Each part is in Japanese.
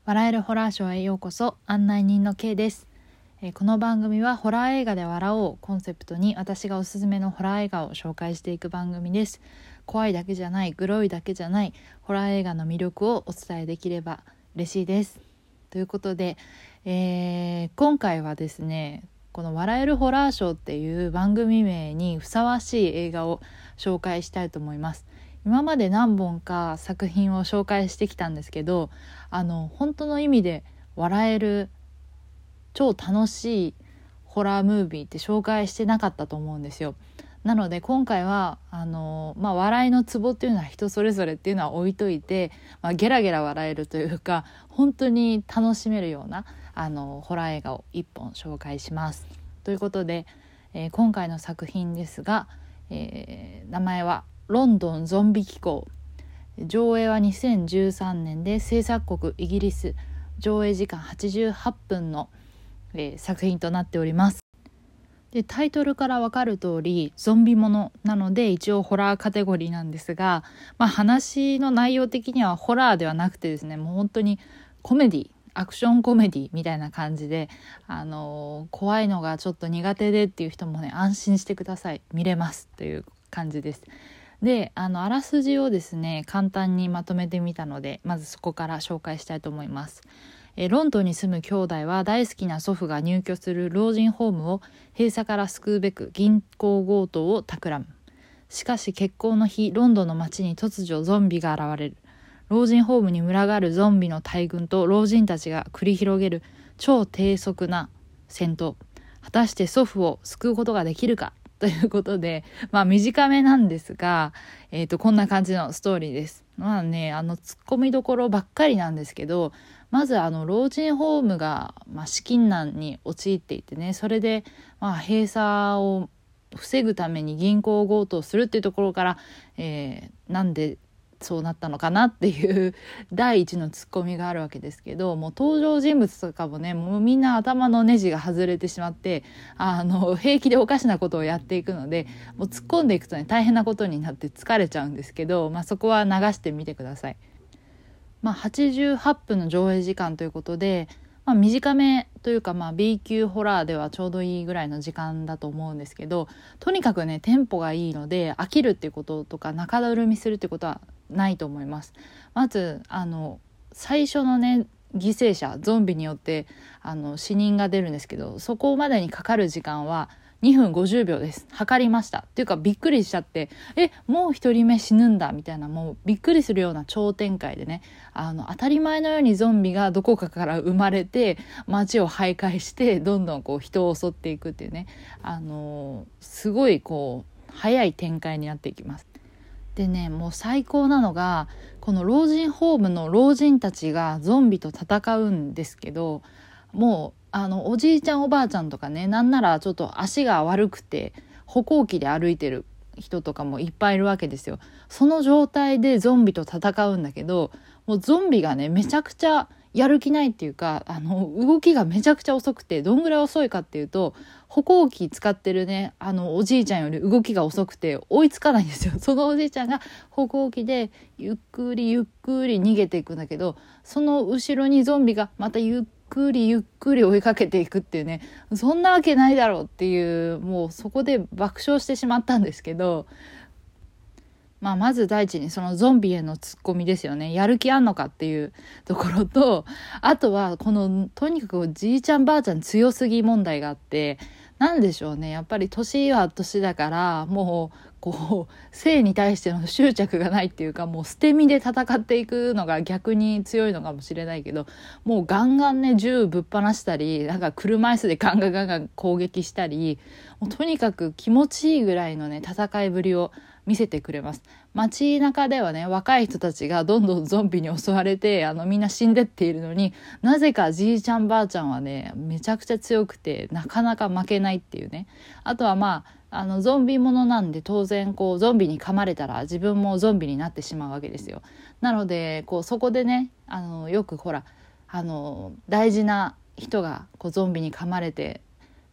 笑えるホラーショーへようこそ。案内人の K です。この番組はホラー映画で笑おうコンセプトに私がおすすめのホラー映画を紹介していく番組です。怖いだけじゃない、グロいだけじゃないホラー映画の魅力をお伝えできれば嬉しいです。ということで、今回はですね、この笑えるホラーショーっていう番組名にふさわしい映画を紹介したいと思います。今まで何本か作品を紹介してきたんですけど、本当の意味で笑える超楽しいホラームービーって紹介してなかったと思うんですよ。なので今回は笑いのツボっていうのは人それぞれっていうのは置いといて、ゲラゲラ笑えるというか本当に楽しめるようなホラー映画を一本紹介します。ということで、今回の作品ですが、名前はロンドンゾンビ機構。上映は2013年で制作国イギリス、上映時間88分の、作品となっております。でタイトルから分かる通りゾンビものなので一応ホラーカテゴリーなんですが、話の内容的にはホラーではなくてですね、もう本当にコメディアクションコメディみたいな感じで、怖いのがちょっと苦手でっていう人もね、安心してください、見れますという感じです。であらすじをですね簡単にまとめてみたので、まずそこから紹介したいと思います。ロンドンに住む兄弟は大好きな祖父が入居する老人ホームを閉鎖から救うべく銀行強盗を企む。しかし決行の日、ロンドンの街に突如ゾンビが現れる。老人ホームに群がるゾンビの大群と老人たちが繰り広げる超低速な戦闘。果たして祖父を救うことができるかということで、短めなんですが、こんな感じのストーリーです。ツッコミどころばっかりなんですけど、まず老人ホームが、資金難に陥っていてね、それで、閉鎖を防ぐために銀行強盗するっていうところから、なんでそうなったのかなっていう第一のツッコミがあるわけですけど、もう登場人物とかもね、もうみんな頭のネジが外れてしまって、平気でおかしなことをやっていくので、もう突っ込んでいくとね大変なことになって疲れちゃうんですけど、そこは流してみてください。88分の上映時間ということで、短めというか、B 級ホラーではちょうどいいぐらいの時間だと思うんですけど、とにかくねテンポがいいので飽きるっていうこととか中だるみするってことはないと思います。まず最初のね犠牲者ゾンビによって死人が出るんですけど、そこまでにかかる時間は2分50秒です。測りましたっていうかびっくりしちゃって、もう一人目死ぬんだみたいな、もうびっくりするような超展開でね、当たり前のようにゾンビがどこかから生まれて街を徘徊してどんどん人を襲っていくっていうね、すごい早い展開になっていきます。でね、もう最高なのがこの老人ホームの老人たちがゾンビと戦うんですけど、もうおじいちゃんおばあちゃんとかね、なんならちょっと足が悪くて歩行器で歩いてる人とかもいっぱいいるわけですよ。その状態でゾンビと戦うんだけど、もうゾンビがねめちゃくちゃやる気ないっていうか、動きがめちゃくちゃ遅くて、どんぐらい遅いかっていうと、歩行器使ってるねおじいちゃんより動きが遅くて追いつかないんですよ。そのおじいちゃんが歩行器でゆっくりゆっくり逃げていくんだけど、その後ろにゾンビがまたゆっくりゆっくり追いかけていくっていうね、そんなわけないだろうっていう、もうそこで爆笑してしまったんですけど、まず第一にそのゾンビへのツッコミですよね。やる気あんのかっていうところと、あとはこのとにかくじいちゃんばあちゃん強すぎ問題があって、なんでしょうね、やっぱり年は年だからもう性に対しての執着がないっていうか、もう捨て身で戦っていくのが逆に強いのかもしれないけど、もうガンガンね銃ぶっ放したり、なんか車椅子でガンガンガンガン攻撃したり、もうとにかく気持ちいいぐらいのね戦いぶりを見せてくれます。街中ではね若い人たちがどんどんゾンビに襲われてみんな死んでっているのに、なぜかじいちゃんばあちゃんはねめちゃくちゃ強くてなかなか負けないっていうね。あとはゾンビものなんで当然ゾンビに噛まれたら自分もゾンビになってしまうわけですよ。なのでそこでねよく大事な人がゾンビに噛まれて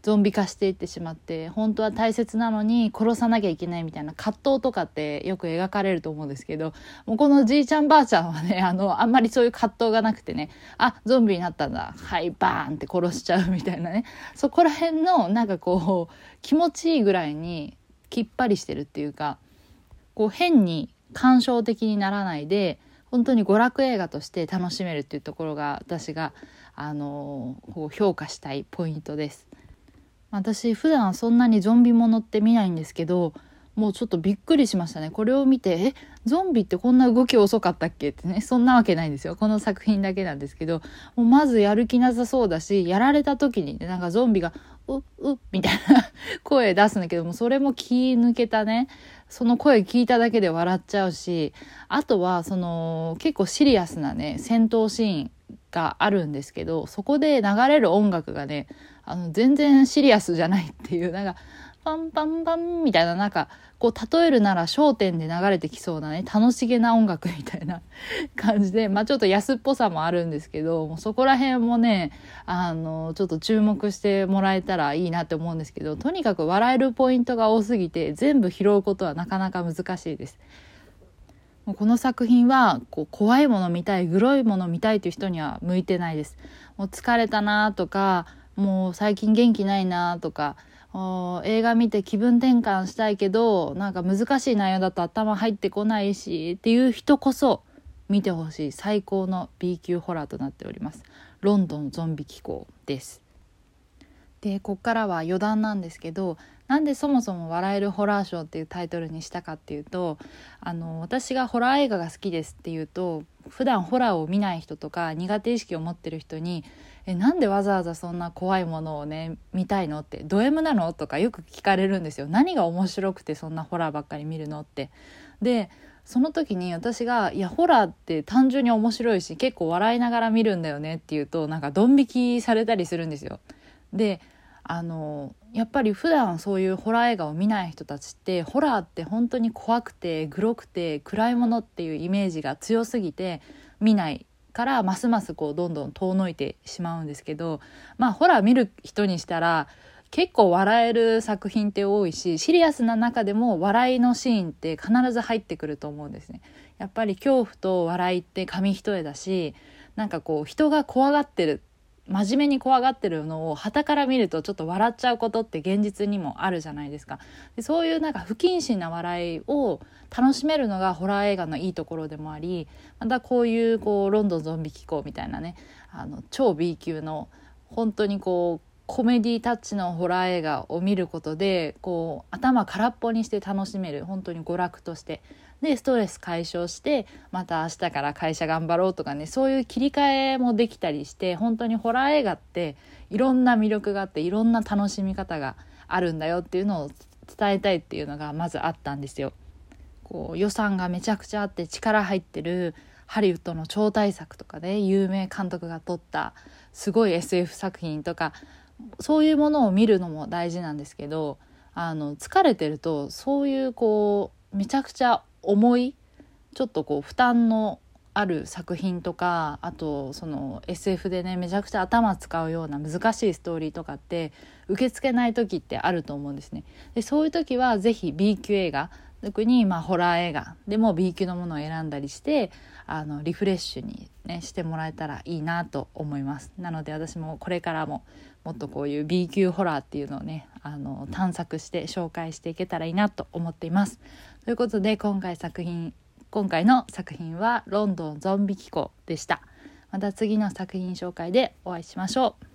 ゾンビ化していってしまって、本当は大切なのに殺さなきゃいけないみたいな葛藤とかってよく描かれると思うんですけど、もうこのじいちゃんばあちゃんはね、あんまりそういう葛藤がなくてね、ゾンビになったんだ、はいバーンって殺しちゃうみたいなね、そこら辺のなんかこう気持ちいいぐらいにきっぱりしてるっていうか、こう変に感傷的にならないで本当に娯楽映画として楽しめるっていうところが私がこう評価したいポイントです。私普段そんなにゾンビものって見ないんですけど、もうちょっとびっくりしましたね。これを見てゾンビってこんな動き遅かったっけってね、そんなわけないんですよ。この作品だけなんですけど、もうまずやる気なさそうだし、やられた時に、ね、なんかゾンビがうみたいな声出すんだけども、それも気抜けたね、その声聞いただけで笑っちゃうし、あとはその結構シリアスなね戦闘シーンがあるんですけど、そこで流れる音楽がね全然シリアスじゃないっていう、なんかパンパンパンみたいな、なんかこう例えるなら笑点で流れてきそうなね楽しげな音楽みたいな感じで、ちょっと安っぽさもあるんですけど、もうそこら辺もねちょっと注目してもらえたらいいなって思うんですけど、とにかく笑えるポイントが多すぎて全部拾うことはなかなか難しいです。もうこの作品はこう怖いもの見たい、グロいもの見たいという人には向いてないです。もう疲れたなとか、もう最近元気ないなとか、映画見て気分転換したいけどなんか難しい内容だと頭入ってこないしっていう人こそ見てほしい最高の B 級ホラーとなっております。ロンドンゾンビ機構です。でこっからは余談なんですけど、なんでそもそも笑えるホラーショーっていうタイトルにしたかっていうと、私がホラー映画が好きですっていうと、普段ホラーを見ない人とか苦手意識を持ってる人になんでわざわざそんな怖いものをね見たいのって、ド M なのとかよく聞かれるんですよ。何が面白くてそんなホラーばっかり見るのって。でその時に私が、いやホラーって単純に面白いし結構笑いながら見るんだよねって言うと、なんかドン引きされたりするんですよ。でやっぱり普段そういうホラー映画を見ない人たちって、ホラーって本当に怖くてグロくて暗いものっていうイメージが強すぎて見ないから、ますますこうどんどん遠のいてしまうんですけど、ホラー見る人にしたら結構笑える作品って多いし、シリアスな中でも笑いのシーンって必ず入ってくると思うんですね。やっぱり恐怖と笑いって紙一重だし、なんかこう人が怖がってる、真面目に怖がってるのを傍から見るとちょっと笑っちゃうことって現実にもあるじゃないですか。でそういうなんか不謹慎な笑いを楽しめるのがホラー映画のいいところでもあり、またこういうロンドンゾンビ機構みたいなね超 B 級の本当にコメディタッチのホラー映画を見ることで頭空っぽにして楽しめる、本当に娯楽としてでストレス解消してまた明日から会社頑張ろうとかね、そういう切り替えもできたりして、本当にホラー映画っていろんな魅力があっていろんな楽しみ方があるんだよっていうのを伝えたいっていうのがまずあったんですよ。予算がめちゃくちゃあって力入ってるハリウッドの超大作とかで、有名監督が撮ったすごい SF 作品とか、そういうものを見るのも大事なんですけど、疲れてるとそういうめちゃくちゃ重いちょっと負担のある作品とか、あとその SF でねめちゃくちゃ頭使うような難しいストーリーとかって受け付けない時ってあると思うんですね。でそういう時はぜひ B 級映画、特にホラー映画でも B 級のものを選んだりしてリフレッシュに、ね、してもらえたらいいなと思います。なので私もこれからももっとこういう B 級ホラーっていうのをね探索して紹介していけたらいいなと思っています。ということで今回の作品はロンドンゾンビ機構でした。また次の作品紹介でお会いしましょう。